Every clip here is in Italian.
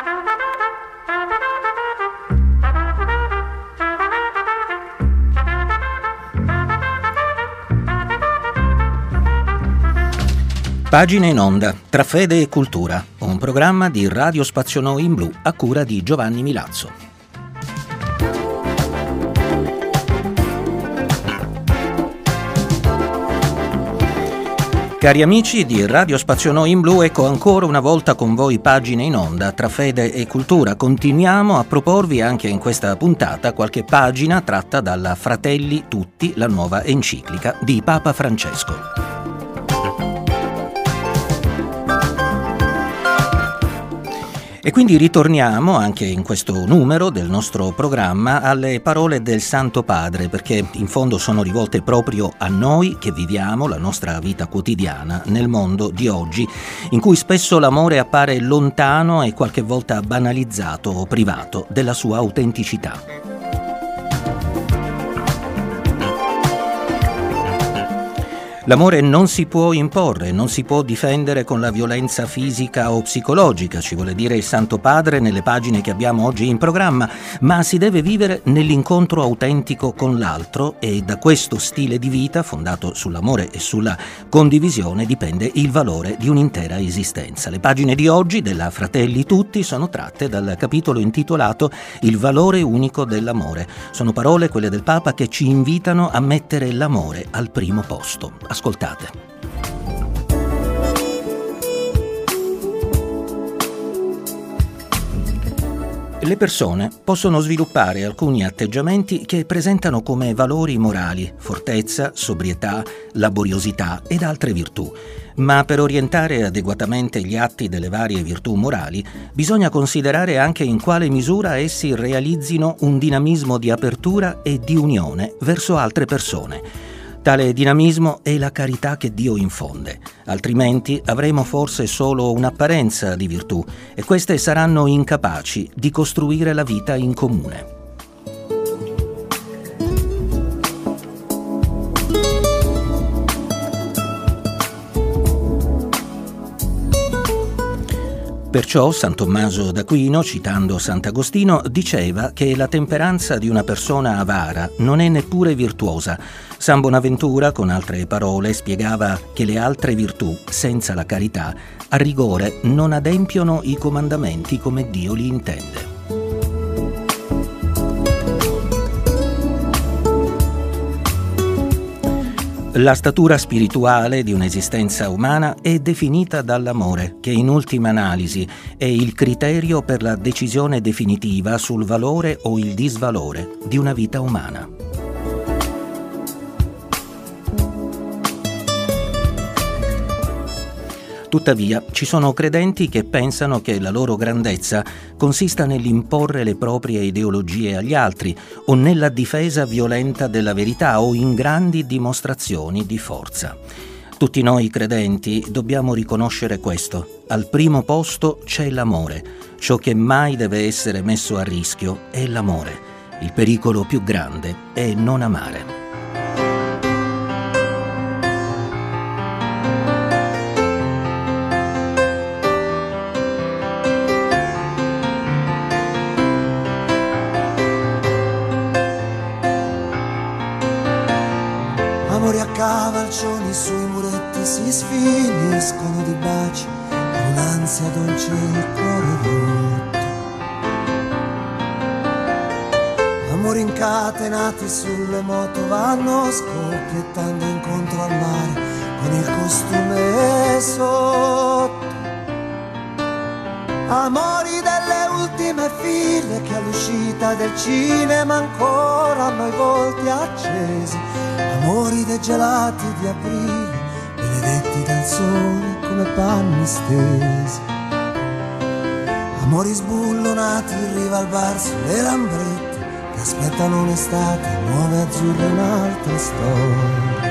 Pagine in onda, tra fede e cultura, un programma di Radio Spazio Noi in Blu a cura di Giovanni Milazzo. Cari amici di Radio Spazio Noi in Blu, ecco ancora una volta con voi Pagine in onda, tra fede e cultura. Continuiamo a proporvi anche in questa puntata qualche pagina tratta dalla Fratelli Tutti, la nuova enciclica di Papa Francesco. E quindi ritorniamo anche in questo numero del nostro programma alle parole del Santo Padre, perché in fondo sono rivolte proprio a noi che viviamo la nostra vita quotidiana nel mondo di oggi, in cui spesso l'amore appare lontano e qualche volta banalizzato o privato della sua autenticità. L'amore non si può imporre, non si può difendere con la violenza fisica o psicologica, ci vuole dire il Santo Padre nelle pagine che abbiamo oggi in programma, ma si deve vivere nell'incontro autentico con l'altro e da questo stile di vita, fondato sull'amore e sulla condivisione, dipende il valore di un'intera esistenza. Le pagine di oggi della Fratelli Tutti sono tratte dal capitolo intitolato Il valore unico dell'amore. Sono parole, quelle del Papa, che ci invitano a mettere l'amore al primo posto. Ascoltate. Le persone possono sviluppare alcuni atteggiamenti che presentano come valori morali, fortezza, sobrietà, laboriosità ed altre virtù. Ma per orientare adeguatamente gli atti delle varie virtù morali, bisogna considerare anche in quale misura essi realizzino un dinamismo di apertura e di unione verso altre persone. Tale dinamismo è la carità che Dio infonde, altrimenti avremo forse solo un'apparenza di virtù e queste saranno incapaci di costruire la vita in comune. Perciò San Tommaso d'Aquino, citando Sant'Agostino, diceva che la temperanza di una persona avara non è neppure virtuosa. San Bonaventura, con altre parole, spiegava che le altre virtù, senza la carità, a rigore non adempiono i comandamenti come Dio li intende. La statura spirituale di un'esistenza umana è definita dall'amore, che in ultima analisi è il criterio per la decisione definitiva sul valore o il disvalore di una vita umana. Tuttavia, ci sono credenti che pensano che la loro grandezza consista nell'imporre le proprie ideologie agli altri o nella difesa violenta della verità o in grandi dimostrazioni di forza. Tutti noi credenti dobbiamo riconoscere questo. Al primo posto c'è l'amore. Ciò che mai deve essere messo a rischio è l'amore. Il pericolo più grande è non amare. Amori a cavalcioni sui muretti si sfiniscono di baci, con un'ansia dolce il cuore rotto. Amori incatenati sulle moto vanno scoppiettando incontro al mare, con il costume sotto. Amori delle ultime file che all'uscita del cinema ancora hanno i volti accesi. Amori dei gelati di aprile, benedetti dal sole come panni stesi. Amori sbullonati in riva al bar sulle lambrette, che aspettano un'estate nuove azzurre, un'altra storia.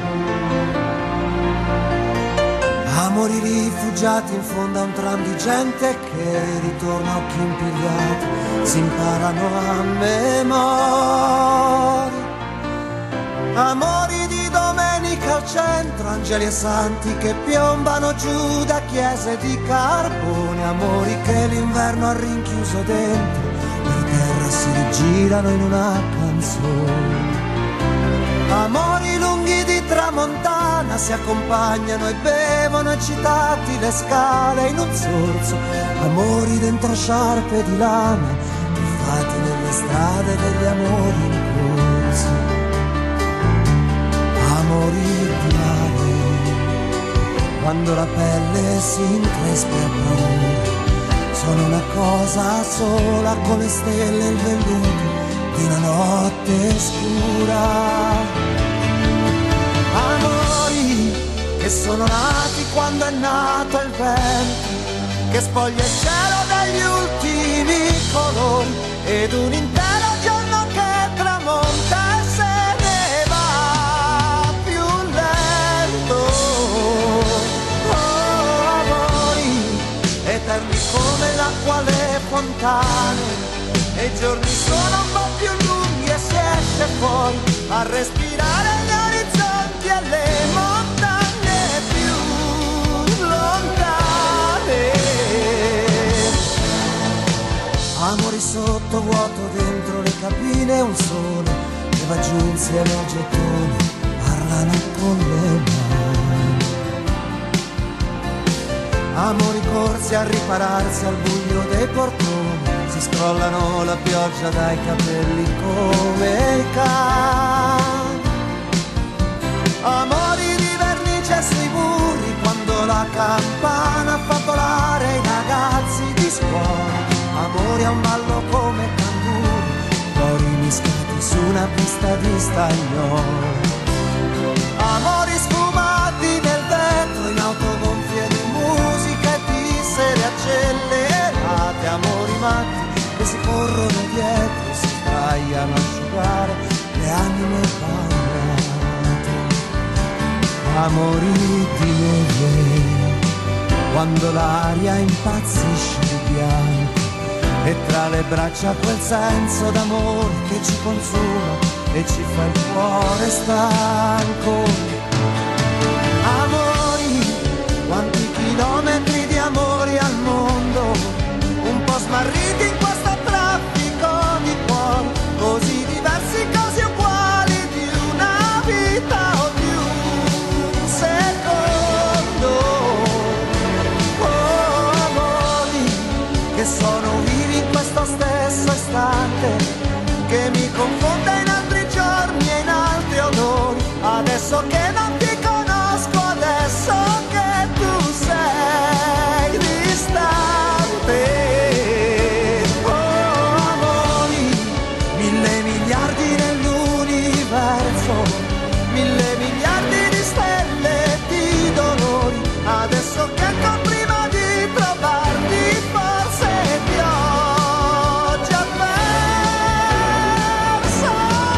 Amori rifugiati in fondo a un tram di gente che ritorna a occhi impigliati, si imparano a memoria. Amori di domenica al centro, angeli e santi che piombano giù da chiese di carbone, amori che l'inverno ha rinchiuso dentro, per terra si rigirano in una canzone. Amori lunghi di tramontana si accompagnano e bevono eccitati le scale in un sorso, amori dentro sciarpe di lana, truffati nelle strade degli amori in corso. Amori di mare, quando la pelle si increspa e brucia, sono una cosa sola con le stelle e il velluto di una notte scura. Amori che sono nati quando è nato il vento, che spoglia il cielo dagli ultimi colori, ed un intero giorno che tramonta e se ne va più lento. Oh, amori eterni come l'acqua alle fontane, e i giorni sono un po' più lunghi e si esce fuori a respirare gli orizzonti e le montagne più lontane. Amori sotto vuoto dentro le cabine, un sole che va giù insieme ai gettoni, parlano con le mani. Amori corsi a ripararsi al buio dei portoni, si scrollano la pioggia dai capelli come i cani. Amori di vernice sui muri, quando la campana fa volare i ragazzi di scuola. Amori a un ballo come canguri, cori mischiati su una pista di staglione. Amori sfumati nel vetro, in autogonfie di musica e di sere accelerate. Amori matti che si corrono dietro, si sdraiano a asciugare le anime bagnate. Amori di neve, quando l'aria impazzisce di bianco, e tra le braccia quel senso d'amore che ci consuma e ci fa il cuore stanco. Amori, quanti chilometri di amori al mondo, un po' smarriti in questo traffico di cuori, così diversi, così uguali, di una vita o di un secondo. Oh, amori che sono vivi in questo stesso istante, che mi confonde in altri giorni e in altri odori, adesso che non ti conosco, adesso che tu sei distante. Oh, amori, 1000 miliardi nell'universo, 1000 miliardi di stelle e di dolori, adesso che ancora prima di trovarti forse ti ho già perso.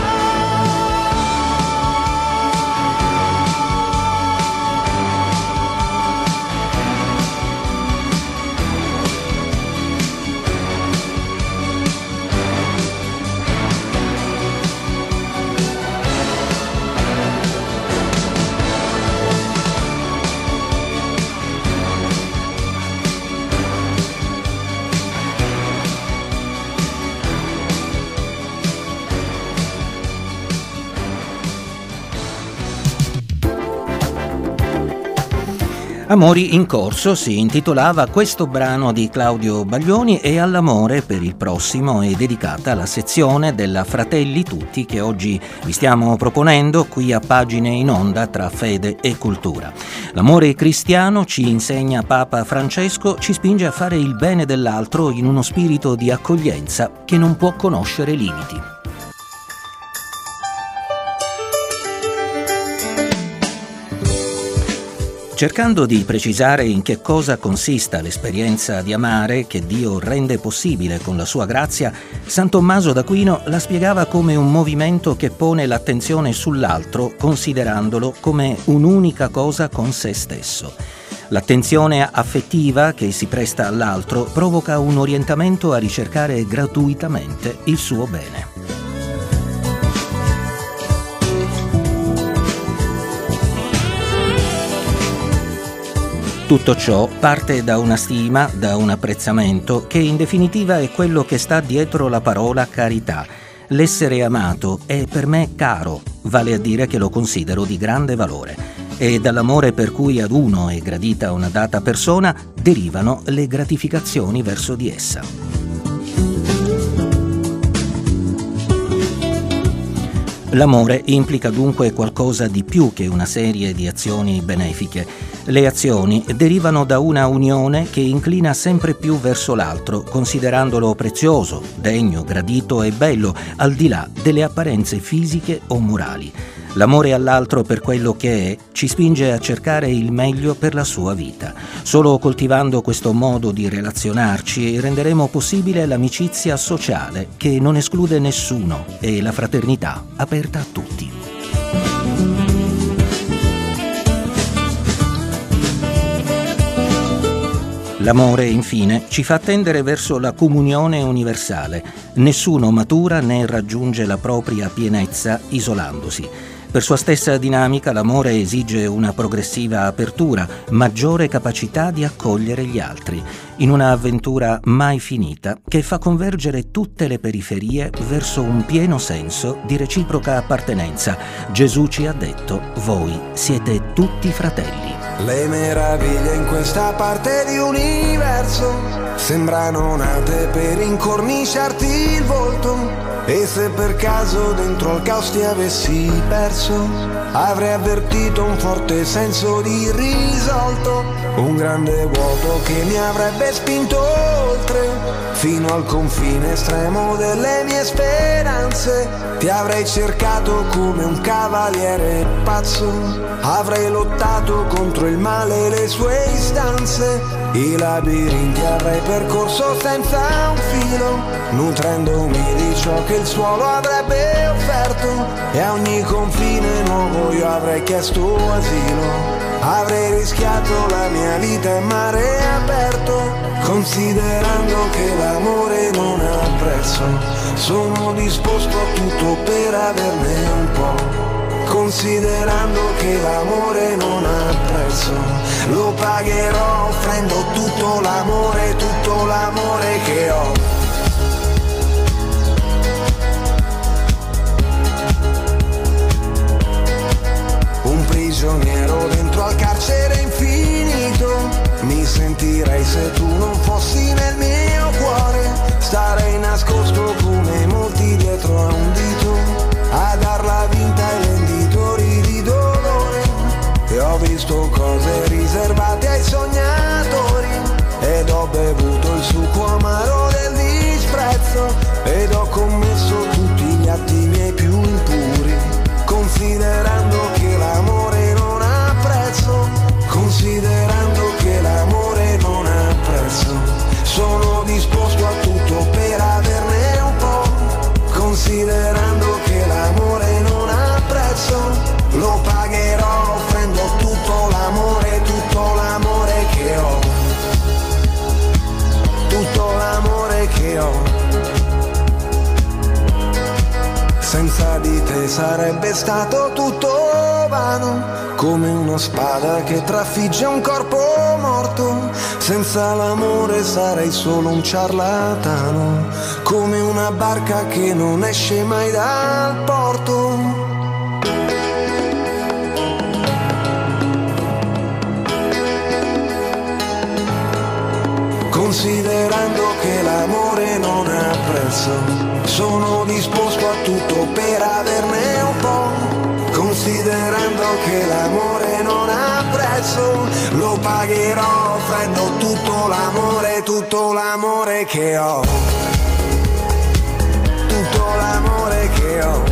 Amori in corso si intitolava questo brano di Claudio Baglioni, e all'amore per il prossimo è dedicata la sezione della Fratelli Tutti che oggi vi stiamo proponendo qui a Pagine in Onda tra fede e cultura. L'amore cristiano, ci insegna Papa Francesco, ci spinge a fare il bene dell'altro in uno spirito di accoglienza che non può conoscere limiti. Cercando di precisare in che cosa consista l'esperienza di amare che Dio rende possibile con la sua grazia, San Tommaso d'Aquino la spiegava come un movimento che pone l'attenzione sull'altro considerandolo come un'unica cosa con se stesso. L'attenzione affettiva che si presta all'altro provoca un orientamento a ricercare gratuitamente il suo bene. Tutto ciò parte da una stima, da un apprezzamento, che in definitiva è quello che sta dietro la parola carità. L'essere amato è per me caro, vale a dire che lo considero di grande valore. E dall'amore per cui ad uno è gradita una data persona derivano le gratificazioni verso di essa. L'amore implica dunque qualcosa di più che una serie di azioni benefiche. Le azioni derivano da una unione che inclina sempre più verso l'altro, considerandolo prezioso, degno, gradito e bello, al di là delle apparenze fisiche o morali. L'amore all'altro per quello che è ci spinge a cercare il meglio per la sua vita. Solo coltivando questo modo di relazionarci renderemo possibile l'amicizia sociale che non esclude nessuno e la fraternità aperta a tutti. L'amore, infine, ci fa tendere verso la comunione universale. Nessuno matura né raggiunge la propria pienezza isolandosi. Per sua stessa dinamica l'amore esige una progressiva apertura, maggiore capacità di accogliere gli altri, in una avventura mai finita che fa convergere tutte le periferie verso un pieno senso di reciproca appartenenza. Gesù ci ha detto: voi siete tutti fratelli. Le meraviglie in questa parte di universo sembrano nate per incorniciarti il volto. E se per caso dentro al caos ti avessi perso, avrei avvertito un forte senso di irrisolto, un grande vuoto che mi avrebbe spinto oltre, fino al confine estremo delle mie speranze. Ti avrei cercato come un cavaliere pazzo, avrei lottato contro il male e le sue istanze, i labirinti avrei percorso senza un filo, nutrendomi di ciò che il suolo avrebbe offerto, e a ogni confine nuovo io avrei chiesto asilo. Avrei rischiato la mia vita in mare aperto, considerando che l'amore non ha prezzo. Sono disposto a tutto per averne un po', considerando che l'amore non ha prezzo. Lo pagherò offrendo tutto l'amore che ho. Un prigioniero dentro al carcere infinito, mi sentirei se tu non fossi nel mio cuore. Starei nascosto come molti dietro a un dito, a darla vinta ai venditori di dolore. E ho visto cose riservate ai sognatori, ed ho bevuto il succo amaro del disprezzo, ed ho commesso tutti gli atti miei più impuri, considerando che l'amore non ha prezzo, considerando che l'amore non ha prezzo. Sono disposto a tutto per averne un po', considerando che l'amore non ha prezzo. Lo pagherò offrendo tutto l'amore che ho, tutto l'amore che ho. Senza di te sarebbe stato tutto vano, come una spada che trafigge un corpo morto. Senza l'amore sarei solo un ciarlatano, come una barca che non esce mai dal porto. Considerando che l'amore non ha prezzo, sono disposto a tutto per averne un po', considerando che l'amore non ha prezzo. Lo pagherò offrendo tutto l'amore che ho, tutto l'amore che ho.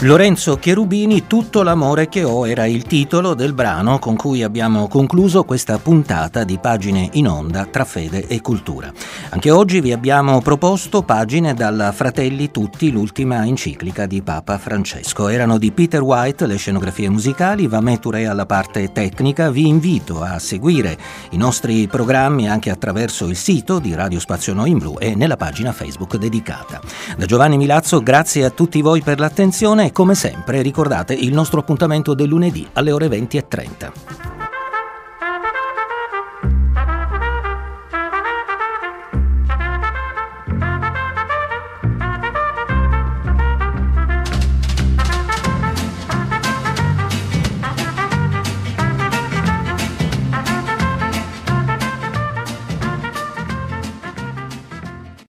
Lorenzo Cherubini, Tutto l'amore che ho, era il titolo del brano con cui abbiamo concluso questa puntata di Pagine in Onda tra fede e cultura. Anche oggi vi abbiamo proposto pagine dalla Fratelli Tutti, l'ultima enciclica di Papa Francesco. Erano di Peter White le scenografie musicali, Vamè Touré alla parte tecnica. Vi invito a seguire i nostri programmi anche attraverso il sito di Radio Spazio Noi in Blu e nella pagina Facebook dedicata. Da Giovanni Milazzo, grazie a tutti voi per l'attenzione e come sempre ricordate il nostro appuntamento del lunedì alle ore 20:30.